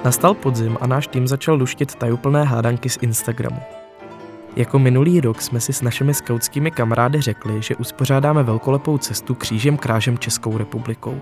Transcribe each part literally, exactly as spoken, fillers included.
Nastal podzim a náš tým začal luštit tajuplné hádanky z Instagramu. Jako minulý rok jsme si s našimi skautskými kamarády řekli, že uspořádáme velkolepou cestu křížem krážem Českou republikou.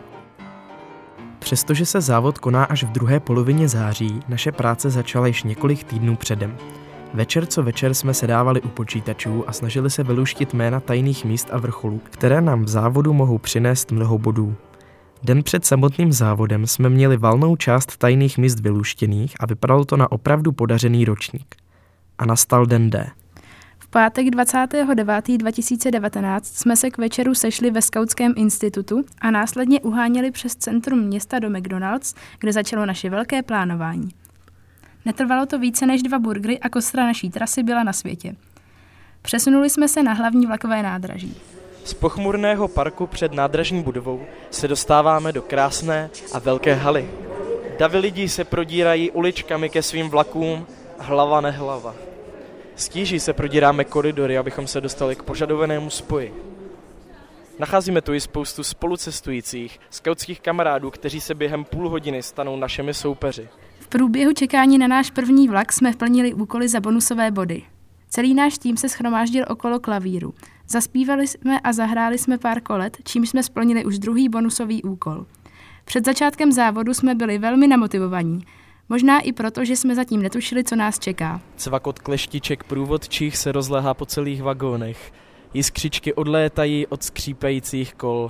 Přestože se závod koná až v druhé polovině září, naše práce začala již několik týdnů předem. Večer co večer jsme se dávali u počítačů a snažili se vyluštit jména tajných míst a vrcholů, které nám v závodu mohou přinést mnoho bodů. Den před samotným závodem jsme měli valnou část tajných míst vyluštěných a vypadalo to na opravdu podařený ročník. A nastal den D. V pátek dvacátého devátého dva tisíce devatenáct jsme se k večeru sešli ve Skautském institutu a následně uháněli přes centrum města do McDonald's, kde začalo naše velké plánování. Netrvalo to více než dva burgery a kostra naší trasy byla na světě. Přesunuli jsme se na hlavní vlakové nádraží. Z pochmurného parku před nádražní budovou se dostáváme do krásné a velké haly. Davy lidí se prodírají uličkami ke svým vlakům, hlava nehlava. Stíží se prodíráme koridory, abychom se dostali k požadovanému spoji. Nacházíme tu i spoustu spolucestujících, skautských kamarádů, kteří se během půl hodiny stanou našimi soupeři. V průběhu čekání na náš první vlak jsme plnili úkoly za bonusové body. Celý náš tým se shromáždil okolo klavíru. Zaspívali jsme a zahráli jsme pár kolet, čímž jsme splnili už druhý bonusový úkol. Před začátkem závodu jsme byli velmi namotivovaní. Možná i proto, že jsme zatím netušili, co nás čeká. Cvakot kleštiček průvodčích se rozléhá po celých vagónech. Jiskřičky odlétají od skřípajících kol.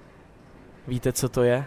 Víte, co to je?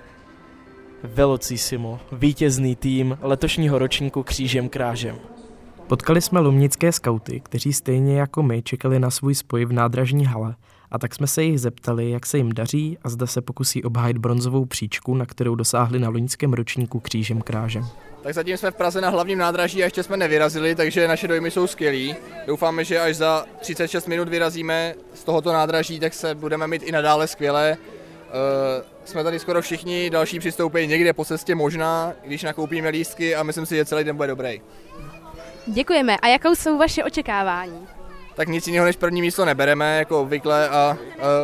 Velocissimo, vítězný tým letošního ročníku křížem krážem. Potkali jsme lumnické skauty, kteří stejně jako my čekali na svůj spoj v nádražní hale, a tak jsme se jich zeptali, jak se jim daří a zda se pokusí obhájit bronzovou příčku, na kterou dosáhli na loňském ročníku křížem krážem. Tak zatím jsme v Praze na hlavním nádraží a ještě jsme nevyrazili, takže naše dojmy jsou skvělý. Doufáme, že až za třicet šest minut vyrazíme z tohoto nádraží, tak se budeme mít i nadále skvěle. Uh, jsme tady skoro všichni, další přistoupí někde po cestě možná, když nakoupíme lístky, a myslím si, že celý den bude dobrý. Děkujeme. A jakou jsou vaše očekávání? Tak nic jiného než první místo nebereme, jako obvykle, a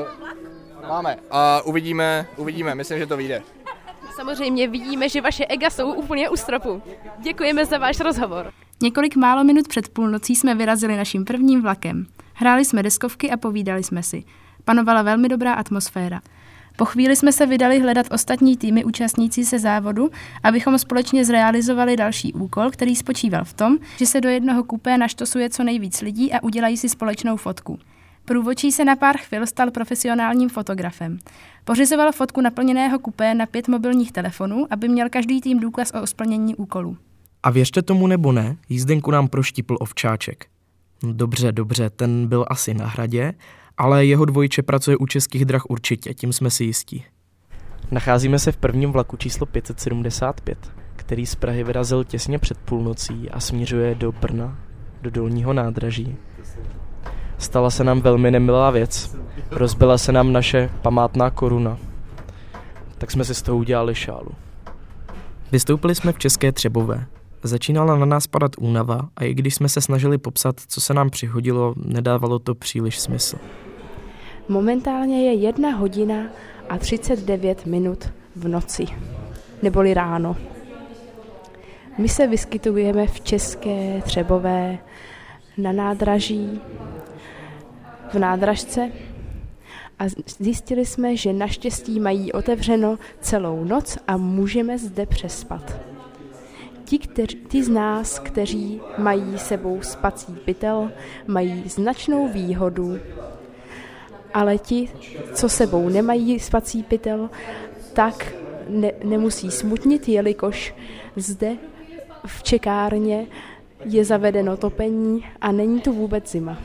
uh, máme. A uvidíme, uvidíme, myslím, že to vyjde. Samozřejmě vidíme, že vaše ega jsou úplně u stropu. Děkujeme za váš rozhovor. Několik málo minut před půlnocí jsme vyrazili naším prvním vlakem. Hráli jsme deskovky a povídali jsme si. Panovala velmi dobrá atmosféra. Po chvíli jsme se vydali hledat ostatní týmy účastnící se závodu, abychom společně zrealizovali další úkol, který spočíval v tom, že se do jednoho kupé naštosuje co nejvíc lidí a udělají si společnou fotku. Průvodčí se na pár chvil stal profesionálním fotografem. Pořizoval fotku naplněného kupé na pět mobilních telefonů, aby měl každý tým důkaz o splnění úkolu. A věřte tomu nebo ne, jízdenku nám proštípl ovčáček. Dobře, dobře, ten byl asi na hradě, ale jeho dvojče pracuje u Českých drah určitě, tím jsme si jistí. Nacházíme se v prvním vlaku číslo pět set sedmdesát pět, který z Prahy vyrazil těsně před půlnocí a směřuje do Brna, do dolního nádraží. Stala se nám velmi nemilá věc. Rozbila se nám naše památná koruna. Tak jsme si z toho udělali šálu. Vystoupili jsme v České Třebové. Začínala na nás padat únava a i když jsme se snažili popsat, co se nám přihodilo, nedávalo to příliš smysl. Momentálně je jedna hodina a třicet devět minut v noci, neboli ráno. My se vyskytujeme v České Třebové na nádraží, v nádražce, a zjistili jsme, že naštěstí mají otevřeno celou noc a můžeme zde přespat. Ti, kteři, ti z nás, kteří mají sebou spací pytel, mají značnou výhodu, ale ti, co sebou nemají spací pytel, tak ne, nemusí smutnit, jelikož zde v čekárně je zavedeno topení a není tu vůbec zima.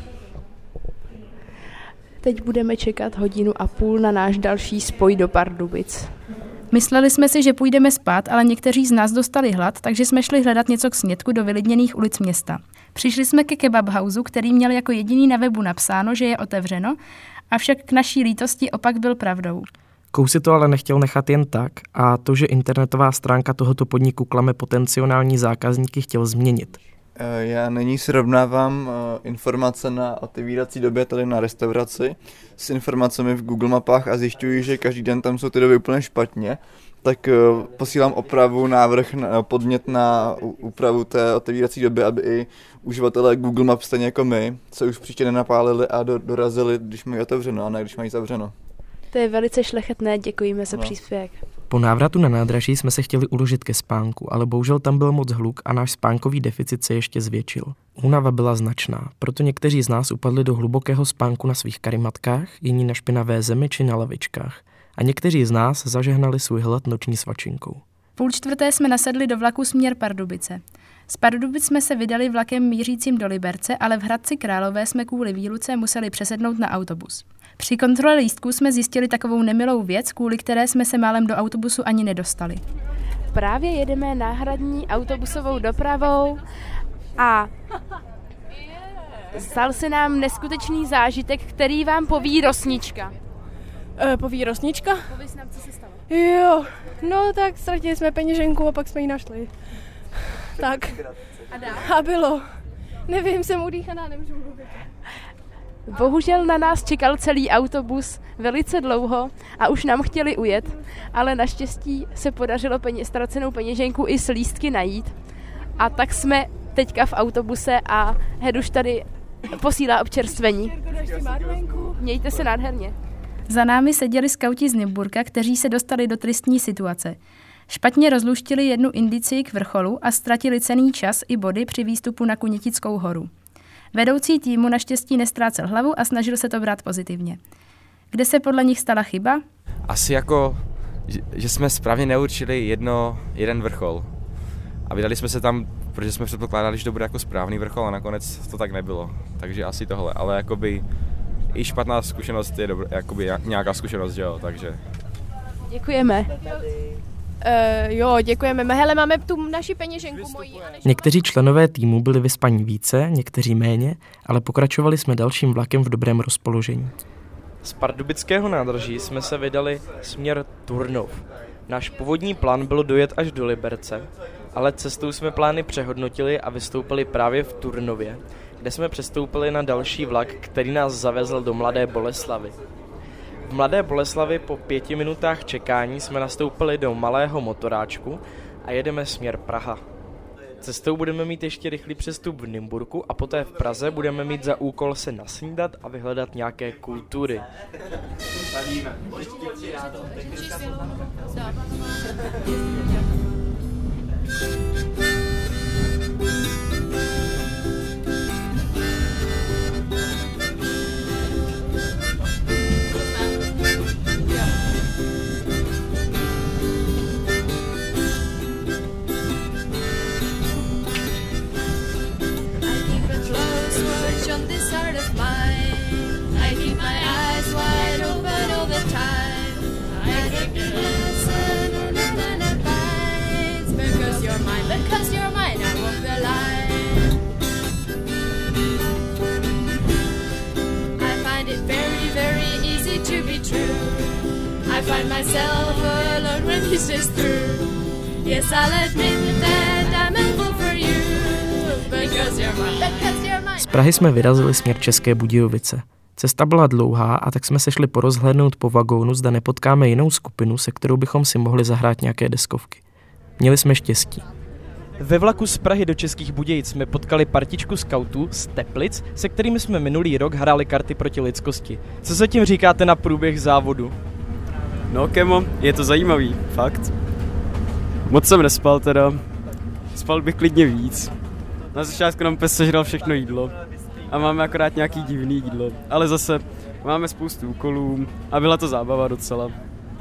Teď budeme čekat hodinu a půl na náš další spoj do Pardubic. Mysleli jsme si, že půjdeme spát, ale někteří z nás dostali hlad, takže jsme šli hledat něco k snědku do vylidněných ulic města. Přišli jsme ke kebabhausu, který měl jako jediný na webu napsáno, že je otevřeno, avšak k naší lítosti opak byl pravdou. Kous si to ale nechtěl nechat jen tak a to, že internetová stránka tohoto podniku klame potenciální zákazníky, chtěl změnit. Já nyní srovnávám informace na otevírací době tady na restauraci s informacemi v Google mapách a zjišťuji, že každý den tam jsou ty doby úplně špatně. tak posílám opravu, návrh, podnět na úpravu té otevírací doby, aby i uživatelé Google Maps stejně jako my se už příště nenapálili a do, dorazili, když mají otevřeno, a ne když mají zavřeno. To je velice šlechetné, děkujeme za no. příspěvek. Po návratu na nádraží jsme se chtěli uložit ke spánku, ale bohužel tam byl moc hluk a náš spánkový deficit se ještě zvětšil. Únava byla značná, proto někteří z nás upadli do hlubokého spánku na svých karimatkách, jiní na špinavé zemi či na lavičkách. A někteří z nás zažehnali svůj hlad noční svačinkou. Půl čtvrté jsme nasedli do vlaku směr Pardubice. Z Pardubic jsme se vydali vlakem mířícím do Liberce, ale v Hradci Králové jsme kvůli výluce museli přesednout na autobus. Při kontrole lístků jsme zjistili takovou nemilou věc, kvůli které jsme se málem do autobusu ani nedostali. Právě jedeme náhradní autobusovou dopravou a stal se nám neskutečný zážitek, který vám poví Rosnička. E, poví Rosnička? Pověz nám, co se stalo. Jo, no tak ztratili jsme peněženku a pak jsme ji našli. Tak. A, a bylo. Nevím, jsem udýchaná, nemůžu mluvit. Bohužel na nás čekal celý autobus velice dlouho a už nám chtěli ujet, ale naštěstí se podařilo peně, ztracenou peněženku i s lístky najít. A tak jsme teďka v autobuse a Heduš tady posílá občerstvení. Mějte se nádherně. Za námi seděli skauti z Nymburka, kteří se dostali do tristní situace. Špatně rozluštili jednu indicii k vrcholu a ztratili cenný čas i body při výstupu na Kunětickou horu. Vedoucí týmu naštěstí nestrácel hlavu a snažil se to brát pozitivně. Kde se podle nich stala chyba? Asi jako, že, že jsme správně neurčili jedno, jeden vrchol. A vydali jsme se tam, protože jsme předpokládali, že to bude jako správný vrchol a nakonec to tak nebylo. Takže asi tohle, ale jakoby i špatná zkušenost je dobrý, jakoby nějaká zkušenost, že jo, takže. Děkujeme. Uh, jo, děkujeme. Hele, máme tu naši peněženku mojí. Než... Někteří členové týmu byli vyspaní více, někteří méně, ale pokračovali jsme dalším vlakem v dobrém rozpoložení. Z pardubického nádraží jsme se vydali směr Turnov. Náš původní plán byl dojet až do Liberce, ale cestou jsme plány přehodnotili a vystoupili právě v Turnově, kde jsme přestoupili na další vlak, který nás zavezl do Mladé Boleslavi. V Mladé Boleslavi po pěti minutách čekání jsme nastoupili do malého motoráčku a jedeme směr Praha. Cestou budeme mít ještě rychlý přestup v Nymburku a poté v Praze budeme mít za úkol se nasnídat a vyhledat nějaké kultury. I find myself alone when this is through. Yes, I'll admit that I'm thankful for you, because you're mine, because you're mine. Z Prahy jsme vyrazili směr České Budějovice. Cesta byla dlouhá a tak jsme se šli porozhlédnout po vagónu, zda nepotkáme jinou skupinu, se kterou bychom si mohli zahrát nějaké deskovky. Měli jsme štěstí. Ve vlaku z Prahy do Českých Budějic jsme potkali partičku skautů z Teplic, se kterými jsme minulý rok hráli karty proti lidskosti. Co se tím říkáte na průběh závodu? No Kemo, je to zajímavý, fakt. Moc jsem nespal teda, spal bych klidně víc. Na začátku nám pes sežral všechno jídlo a máme akorát nějaký divný jídlo, ale zase máme spoustu úkolů a byla to zábava docela.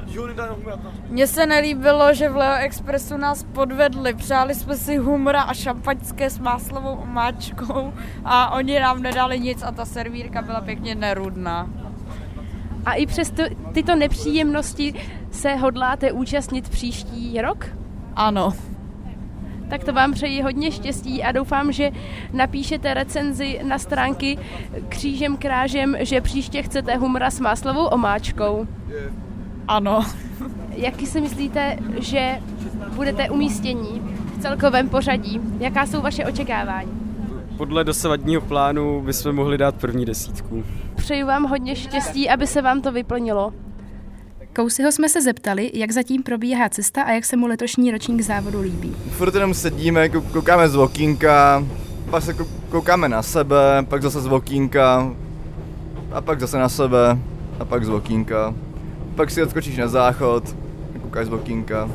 Mně se nelíbilo, že v Leo Expressu nás podvedli, přáli jsme si humra a šampaňské s máslovou omáčkou a oni nám nedali nic a ta servírka byla pěkně nerudná. A i přes to, tyto nepříjemnosti se hodláte účastnit příští rok? Ano. Tak to vám přeji hodně štěstí a doufám, že napíšete recenzi na stránky křížem krážem, že příště chcete humra s máslovou omáčkou. Ano. Jaký si myslíte, že budete umístění v celkovém pořadí? Jaká jsou vaše očekávání? Podle dosavadního plánu bychom mohli dát první desítku. Přeju vám hodně štěstí, aby se vám to vyplnilo. Kousyho jsme se zeptali, jak zatím probíhá cesta a jak se mu letošní ročník závodu líbí. Furt jenom sedíme, koukáme z okýnka, pak se koukáme na sebe, pak zase z okýnka, a pak zase na sebe, a pak z okýnka. Pak si odskočíš na záchod, koukáš z okýnka.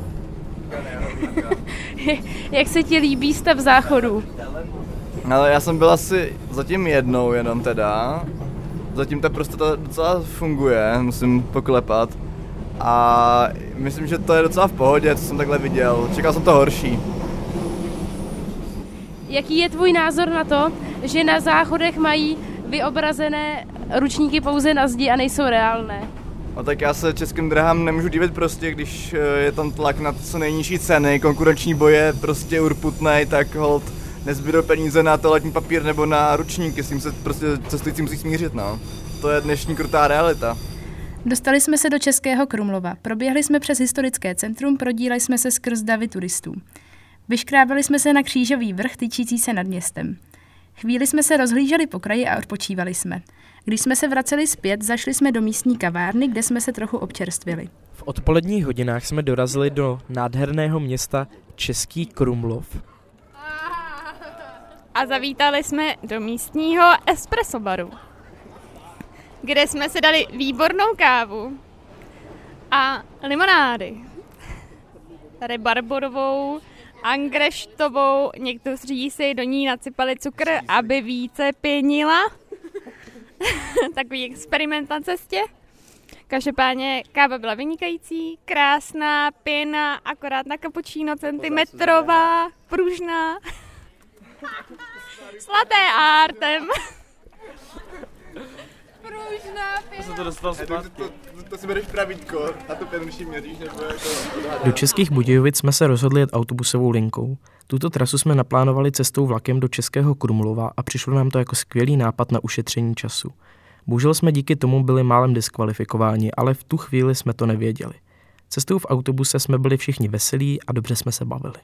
Jak se ti líbí stav záchodu? Ale já jsem byl asi zatím jednou jenom teda. Zatím ta prostata docela funguje, musím poklepat. A myslím, že to je docela v pohodě, co jsem takhle viděl. Čekal jsem to horší. Jaký je tvůj názor na to, že na záchodech mají vyobrazené ručníky pouze na zdi a nejsou reálné? No tak já se Českým dráhám nemůžu divit prostě, když je tam tlak na co nejnižší ceny, konkurenční boje prostě urputnej, tak holt nezbydou peníze na toaletní papír nebo na ručníky, s tím se prostě cestující musí smířit, no. To je dnešní krutá realita. Dostali jsme se do Českého Krumlova, proběhli jsme přes historické centrum, prodíleli jsme se skrz davy turistů. Vyškrábali jsme se na křížový vrch tyčící se nad městem. Chvíli jsme se rozhlíželi po kraji a odpočívali jsme. Když jsme se vraceli zpět, zašli jsme do místní kavárny, kde jsme se trochu občerstvili. V odpoledních hodinách jsme dorazili do nádherného města Český Krumlov. A zavítali jsme do místního espresso baru, kde jsme si dali výbornou kávu a limonády. Tady barborovou, angreštovou, někteří si do ní nasypali cukr, aby více pěnila. Takový experiment na cestě. Každopádně káva byla vynikající, krásná, pěna, akorát na kapučíno centimetrová, pružná. Slaté artem. Pružná pěna. To se to dostal zpátky. To, to, to si bereš pravítko a to pěnuší měříš, nebo jako... Do Českých Budějovic jsme se rozhodli jet autobusovou linkou. Tuto trasu jsme naplánovali cestou vlakem do Českého Krumlova a přišlo nám to jako skvělý nápad na ušetření času. Bohužel jsme díky tomu byli málem diskvalifikováni, ale v tu chvíli jsme to nevěděli. Cestou v autobuse jsme byli všichni veselí a dobře jsme se bavili.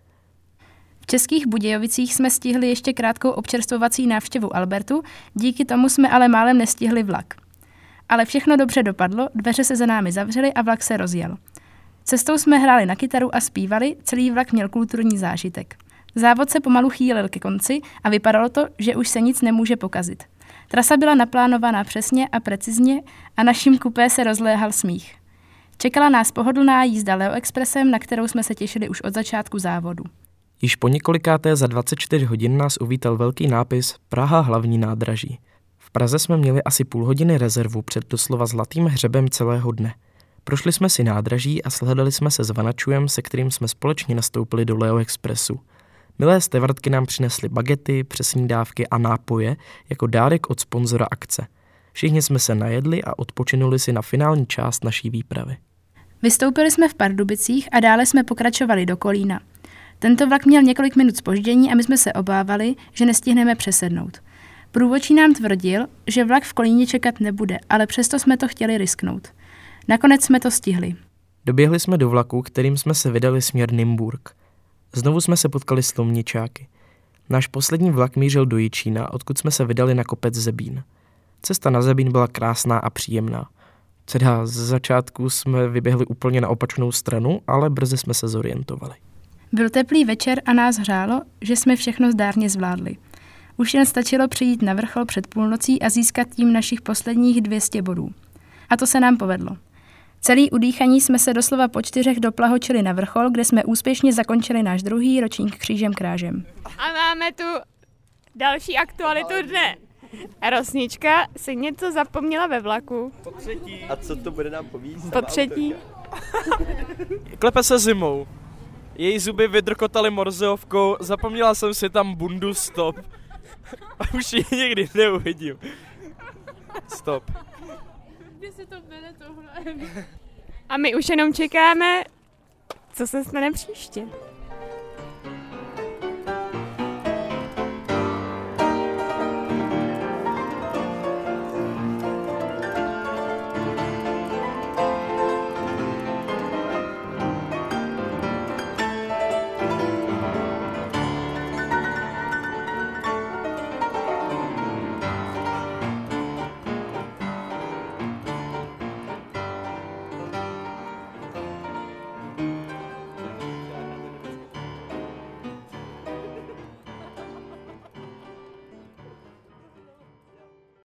V Českých Budějovicích jsme stihli ještě krátkou občerstvovací návštěvu Albertu, díky tomu jsme ale málem nestihli vlak. Ale všechno dobře dopadlo, dveře se za námi zavřely a vlak se rozjel. Cestou jsme hráli na kytaru a zpívali, celý vlak měl kulturní zážitek. Závod se pomalu chýlil ke konci a vypadalo to, že už se nic nemůže pokazit. Trasa byla naplánovaná přesně a precizně a naším kupé se rozléhal smích. Čekala nás pohodlná jízda Leo Expressem, na kterou jsme se těšili už od začátku závodu. Již po několikáté za dvacet čtyři hodin nás uvítal velký nápis Praha hlavní nádraží. V Praze jsme měli asi půl hodiny rezervu před doslova zlatým hřebem celého dne. Prošli jsme si nádraží a shledali jsme se s Vanačujem, se kterým jsme společně nastoupili do Leo Expressu. Milé stevardky nám přinesly bagety, přesní dávky a nápoje jako dárek od sponzora akce. Všichni jsme se najedli a odpočinuli si na finální část naší výpravy. Vystoupili jsme v Pardubicích a dále jsme pokračovali do Kolína. Tento vlak měl několik minut zpoždění a my jsme se obávali, že nestihneme přesednout. Průvodčí nám tvrdil, že vlak v Kolíně čekat nebude, ale přesto jsme to chtěli risknout. Nakonec jsme to stihli. Doběhli jsme do vlaku, kterým jsme se vydali směr Nymburk. Znovu jsme se potkali s Lomničáky. Náš poslední vlak mířil do Jičína, odkud jsme se vydali na kopec Zebín. Cesta na Zebín byla krásná a příjemná. Teda z začátku jsme vyběhli úplně na opačnou stranu, ale brzy jsme se zorientovali. Byl teplý večer a nás hřálo, že jsme všechno zdárně zvládli. Už jen stačilo přijít na vrchol před půlnocí a získat tím našich posledních dvě stě bodů. A to se nám povedlo. Celý udýchaní jsme se doslova po čtyřech doplahočili na vrchol, kde jsme úspěšně zakončili náš druhý ročník křížem krážem. A máme tu další aktualitu dne. Rosnička si něco zapomněla ve vlaku. Po třetí. A co to bude nám povíst? Po třetí. Klepe se zimou. Její zuby vydrkotaly morzeovkou, zapomněla jsem si tam bundu stop. A už ji nikdy neuvidím. Stop. Kdy se to jmenuje tohle? A my už jenom čekáme, co se stane příště.